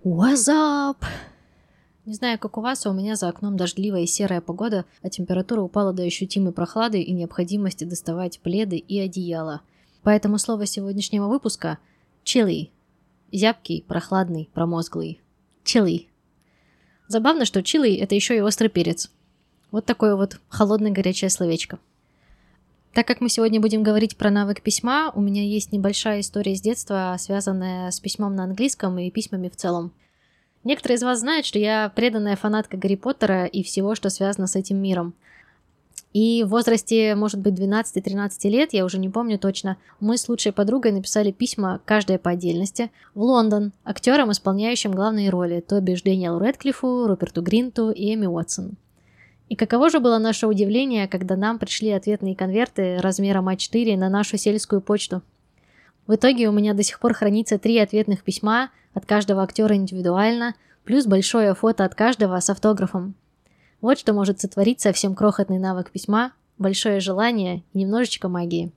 What's up? Не знаю, как у вас, а у меня за окном дождливая и серая погода, а температура упала до ощутимой прохлады и необходимости доставать пледы и одеяло. Поэтому слово сегодняшнего выпуска – chilly. Зябкий, прохладный, промозглый. Chilly. Забавно, что chilly – это еще и острый перец. Вот такое вот холодное горячее словечко. Так как мы сегодня будем говорить про навык письма, у меня есть небольшая история с детства, связанная с письмом на английском и письмами в целом. Некоторые из вас знают, что я преданная фанатка Гарри Поттера и всего, что связано с этим миром. И в возрасте, может быть, 12-13 лет, я уже не помню точно, мы с лучшей подругой написали письма, каждая по отдельности, в Лондон, актерам, исполняющим главные роли, то бишь Дэниелу Рэдклиффу, Руперту Гринту и Эмми Уотсон. И каково же было наше удивление, когда нам пришли ответные конверты размером А4 на нашу сельскую почту. В итоге у меня до сих пор хранится 3 ответных письма от каждого актера индивидуально, плюс большое фото от каждого с автографом. Вот что может сотворить совсем крохотный навык письма, большое желание и немножечко магии.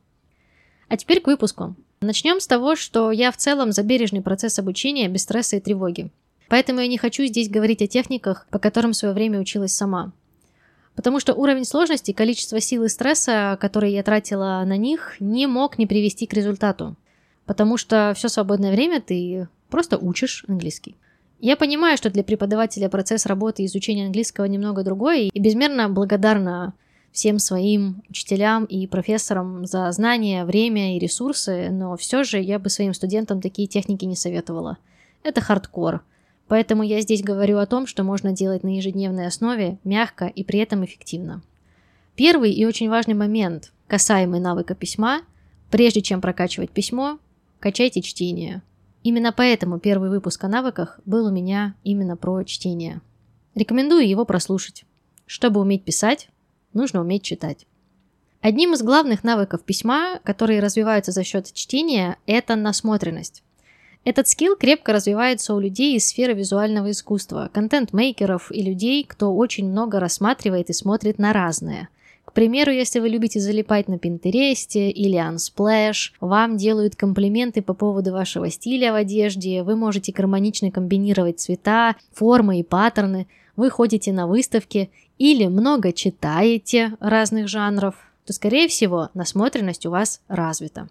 А теперь к выпуску. Начнем с того, что я в целом за бережный процесс обучения без стресса и тревоги. Поэтому я не хочу здесь говорить о техниках, по которым в свое время училась сама. Потому что уровень сложности, количество сил и стресса, которые я тратила на них, не мог не привести к результату. Потому что все свободное время ты просто учишь английский. Я понимаю, что для преподавателя процесс работы и изучения английского немного другой, и безмерно благодарна всем своим учителям и профессорам за знания, время и ресурсы, но все же я бы своим студентам такие техники не советовала. Это хардкор. Поэтому я здесь говорю о том, что можно делать на ежедневной основе, мягко и при этом эффективно. Первый и очень важный момент, касаемый навыка письма, прежде чем прокачивать письмо, качайте чтение. Именно поэтому первый выпуск о навыках был у меня именно про чтение. Рекомендую его прослушать. Чтобы уметь писать, нужно уметь читать. Одним из главных навыков письма, которые развиваются за счет чтения, это насмотренность. Этот скилл крепко развивается у людей из сферы визуального искусства, контент-мейкеров и людей, кто очень много рассматривает и смотрит на разное. К примеру, если вы любите залипать на Пинтересте или Unsplash, вам делают комплименты по поводу вашего стиля в одежде, вы можете гармонично комбинировать цвета, формы и паттерны, вы ходите на выставки или много читаете разных жанров, то, скорее всего, насмотренность у вас развита.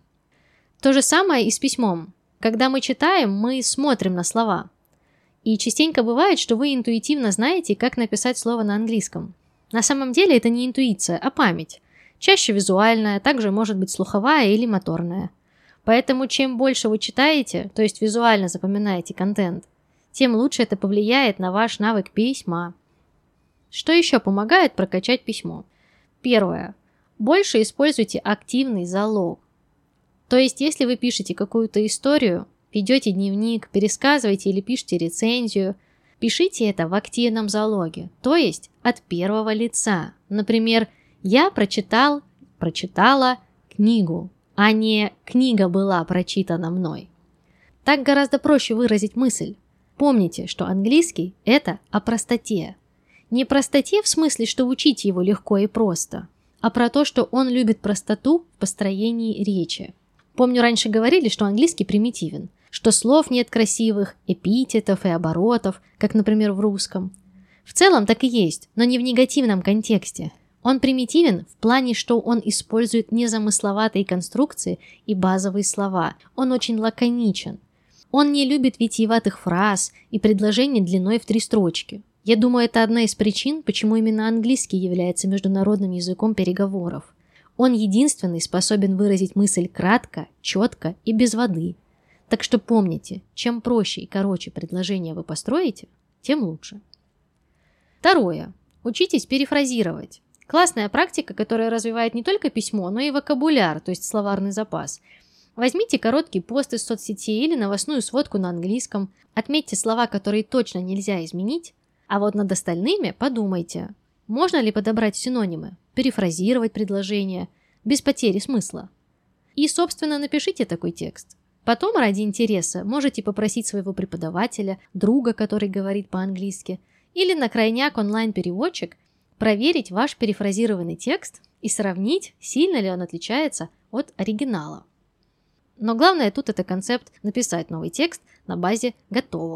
То же самое и с письмом. Когда мы читаем, мы смотрим на слова. И частенько бывает, что вы интуитивно знаете, как написать слово на английском. На самом деле это не интуиция, а память. Чаще визуальная, также может быть слуховая или моторная. Поэтому чем больше вы читаете, то есть визуально запоминаете контент, тем лучше это повлияет на ваш навык письма. Что еще помогает прокачать письмо? Первое. Больше используйте активный залог. То есть, если вы пишете какую-то историю, ведете дневник, пересказываете или пишете рецензию, пишите это в активном залоге, то есть от первого лица. Например, я прочитала книгу, а не книга была прочитана мной. Так гораздо проще выразить мысль. Помните, что английский – это о простоте. Не простоте в смысле, что учить его легко и просто, а про то, что он любит простоту в построении речи. Помню, раньше говорили, что английский примитивен, что слов нет красивых, эпитетов и оборотов, как, например, в русском. В целом так и есть, но не в негативном контексте. Он примитивен в плане, что он использует незамысловатые конструкции и базовые слова. Он очень лаконичен. Он не любит витиеватых фраз и предложений длиной в 3 строчки. Я думаю, это одна из причин, почему именно английский является международным языком переговоров. Он единственный способен выразить мысль кратко, четко и без воды. Так что помните, чем проще и короче предложение вы построите, тем лучше. Второе. Учитесь перефразировать. Классная практика, которая развивает не только письмо, но и вокабуляр, то есть словарный запас. Возьмите короткий пост из соцсети или новостную сводку на английском, отметьте слова, которые точно нельзя изменить, а вот над остальными подумайте, можно ли подобрать синонимы, перефразировать предложение без потери смысла. И, собственно, напишите такой текст. Потом, ради интереса, можете попросить своего преподавателя, друга, который говорит по-английски, или на крайняк онлайн-переводчик проверить ваш перефразированный текст и сравнить, сильно ли он отличается от оригинала. Но главное тут это концепт написать новый текст на базе готового.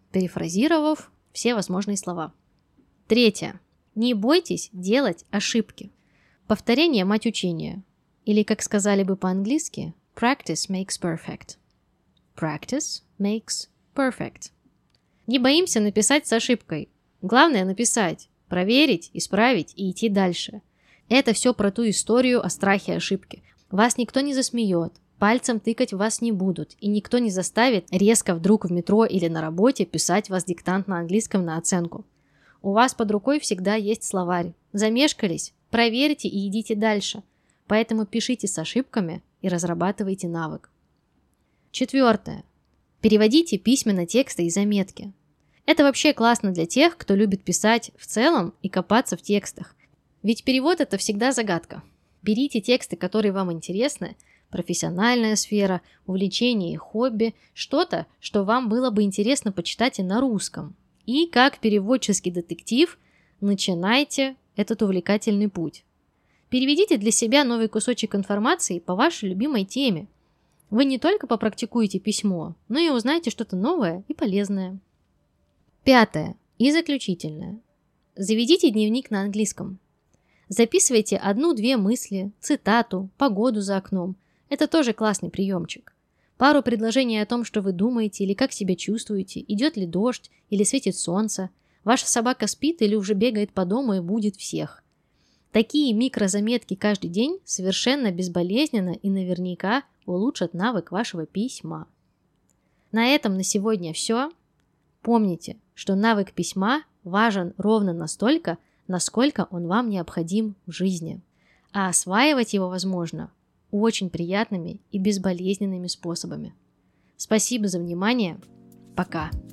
перефразировав все возможные слова. Третье. Не бойтесь делать ошибки. Повторение – мать учения. Или, как сказали бы по-английски, practice makes perfect. Practice makes perfect. Не боимся написать с ошибкой. Главное написать, проверить, исправить и идти дальше. Это все про ту историю о страхе ошибки. Вас никто не засмеет, пальцем тыкать в вас не будут, и никто не заставит резко вдруг в метро или на работе писать вас диктант на английском на оценку. У вас под рукой всегда есть словарь. Замешкались? Проверьте и идите дальше. Поэтому пишите с ошибками и разрабатывайте навык. Четвертое. Переводите письменно тексты и заметки. Это вообще классно для тех, кто любит писать в целом и копаться в текстах. Ведь перевод – это всегда загадка. Берите тексты, которые вам интересны, профессиональная сфера, увлечение и хобби, что-то, что вам было бы интересно почитать и на русском. И как переводческий детектив начинайте этот увлекательный путь. Переведите для себя новый кусочек информации по вашей любимой теме. Вы не только попрактикуете письмо, но и узнаете что-то новое и полезное. Пятое и заключительное. Заведите дневник на английском. Записывайте 1-2 мысли, цитату, погоду за окном. Это тоже классный приемчик. Пару предложений о том, что вы думаете или как себя чувствуете, идет ли дождь или светит солнце, ваша собака спит или уже бегает по дому и будет всех. Такие микрозаметки каждый день совершенно безболезненно и наверняка улучшат навык вашего письма. На этом на сегодня все. Помните, что навык письма важен ровно настолько, насколько он вам необходим в жизни. А осваивать его возможно очень приятными и безболезненными способами. Спасибо за внимание. Пока.